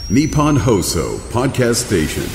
Nippon Hoso Podcast Station。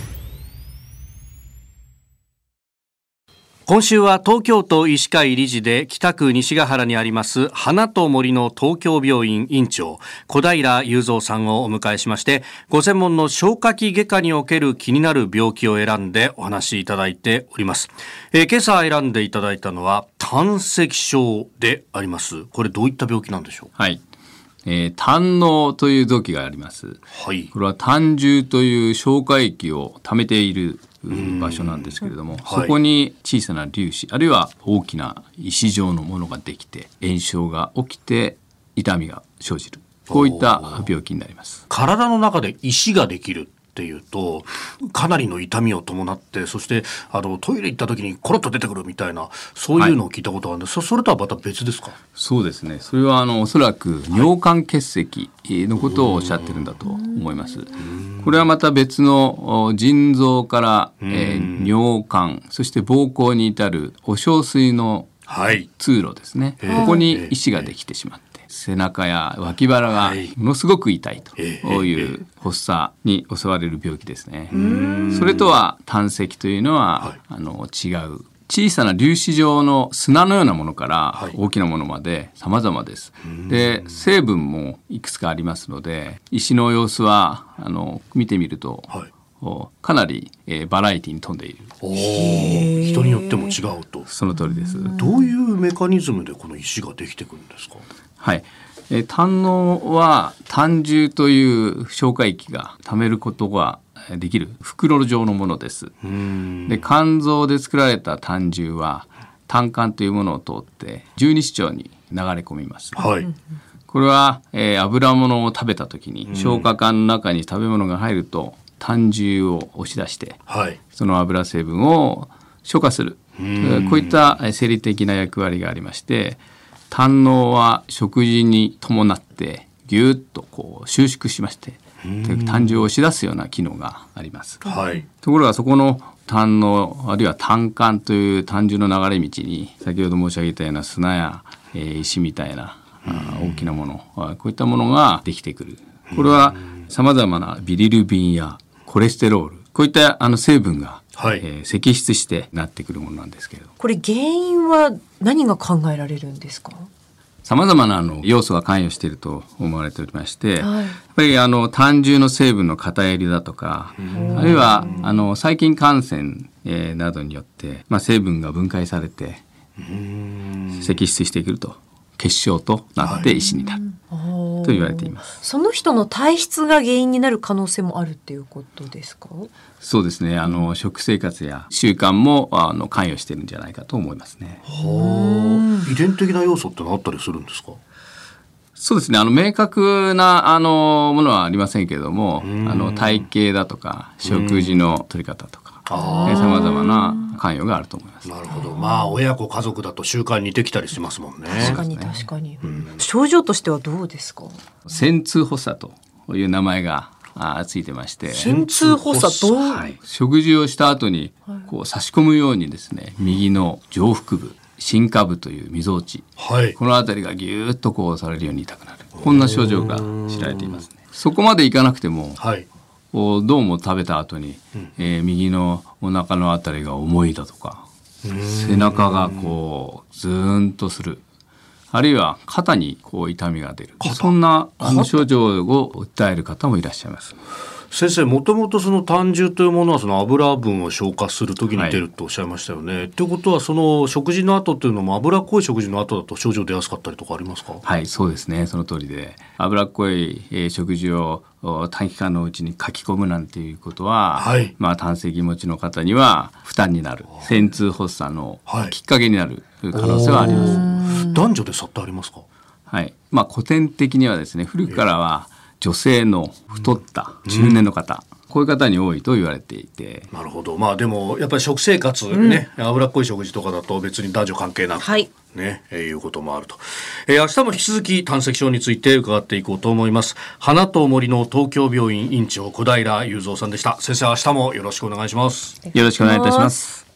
今週は東京都医師会理事で北区西ヶ原にあります花と森の東京病院院長小平雄三さんをお迎えしまして、ご専門の消化器外科における気になる病気を選んでお話しいただいております。今朝選んでいただいたのは胆石症であります。これどういった病気なんでしょう？ はい、胆のうという臓器があります。 はい、 これは胆汁という消化液を溜めている場所なんですけれども、そこに小さな粒子あるいは大きな石状のものができて炎症が起きて痛みが生じる、こういった病気になります。 体の中で石ができるっていうとかなりの痛みを伴って、そしてトイレ行った時にコロッと出てくるみたいな、そういうのを聞いたことがあるんです、それとはまた別ですか？ そうですね、それはおそらく尿管結石のことをおっしゃってるんだと思います。これはまた別の腎臓から、尿管そして膀胱に至るお小水の通路ですね、ここに石ができてしまって背中や脇腹がものすごく痛いという発作に襲われる病気ですね。それとは胆石というのは、違う小さな粒子状の砂のようなものから大きなものまで様々です。で、成分もいくつかありますので、石の様子は見てみると、かなり、バラエティに富んでいる。 人によっても違うと。 その通りです。 どういうメカニズムでこの石ができてくるんですか？ はい、胆のうは胆汁という消化液が溜めることができる袋状のものです。で、肝臓で作られた胆汁は胆管というものを通って十二指腸に流れ込みます。 はい、 これは、油物を食べた時に消化管の中に食べ物が入ると胆汁を押し出して、その油成分を消化する、こういった生理的な役割がありまして、胆のうは食事に伴ってぎゅっとこう収縮しまして、胆汁を押し出すような機能があります。ところがそこの胆のうあるいは胆管という胆汁の流れ道に先ほど申し上げたような砂や、石みたいな大きなもの、こういったものができてくる。これはさまざまなビリルビンやコレステロール、こういった成分が、析出してなってくるものなんですけれど、 これ原因は何が考えられるんですか？ さまざまな要素が関与していると思われておりまして、やっぱり胆汁の成分の偏りだとか、あるいは細菌感染、などによって、成分が分解されて析出してくると結晶となって石になる、と言われています。 その人の体質が原因になる可能性もあるっていうことですか？ そうですね、食生活や習慣も関与しているんじゃないかと思いますね。 遺伝的な要素ってのあったりするんですか？ そうですね、明確なものはありませんけれども、体型だとか食事の取り方とかさまざまな関与があると思います。 なるほど。親子家族だと習慣似てきたりしますもんね。 確かに、症状としてはどうですか？ 穿痛発作という名前がついてまして、 穿痛発作食事をした後にこう差し込むようにですね、右の上腹部深下部というみぞおち、この辺りがぎゅーっとこうされるように痛くなる、こんな症状が知られていますね。そこまでいかなくても、どうも食べた後に、右のお腹のあたりが重いだとか、背中がこうズーンとする、あるいは肩にこう痛みが出る、そんな症状を訴える方もいらっしゃいます。 先生、もともとその胆汁というものはその油分を消化するときに出るとおっしゃいましたよね。ということはその食事の後というのも脂っこい食事の後だと症状出やすかったりとかありますか？ はい、そうですね、その通りで、脂っこい食事を短期間のうちに書き込むなんていうことは、胆石持ちの方には負担になる、穿痛発作のきっかけになる可能性はあります。 男女で差ってありますか？ はい、古典的にはですね、古くからは女性の太った中年の方、こういう方に多いと言われていて。 なるほど。でもやっぱり食生活ね、脂っこい食事とかだと別に男女関係なく、いうこともあると。明日も引き続き胆石症について伺っていこうと思います。花と森の東京病院院長小平雄三さんでした。先生、明日もよろしくお願いします。 よろしくお願いいたします。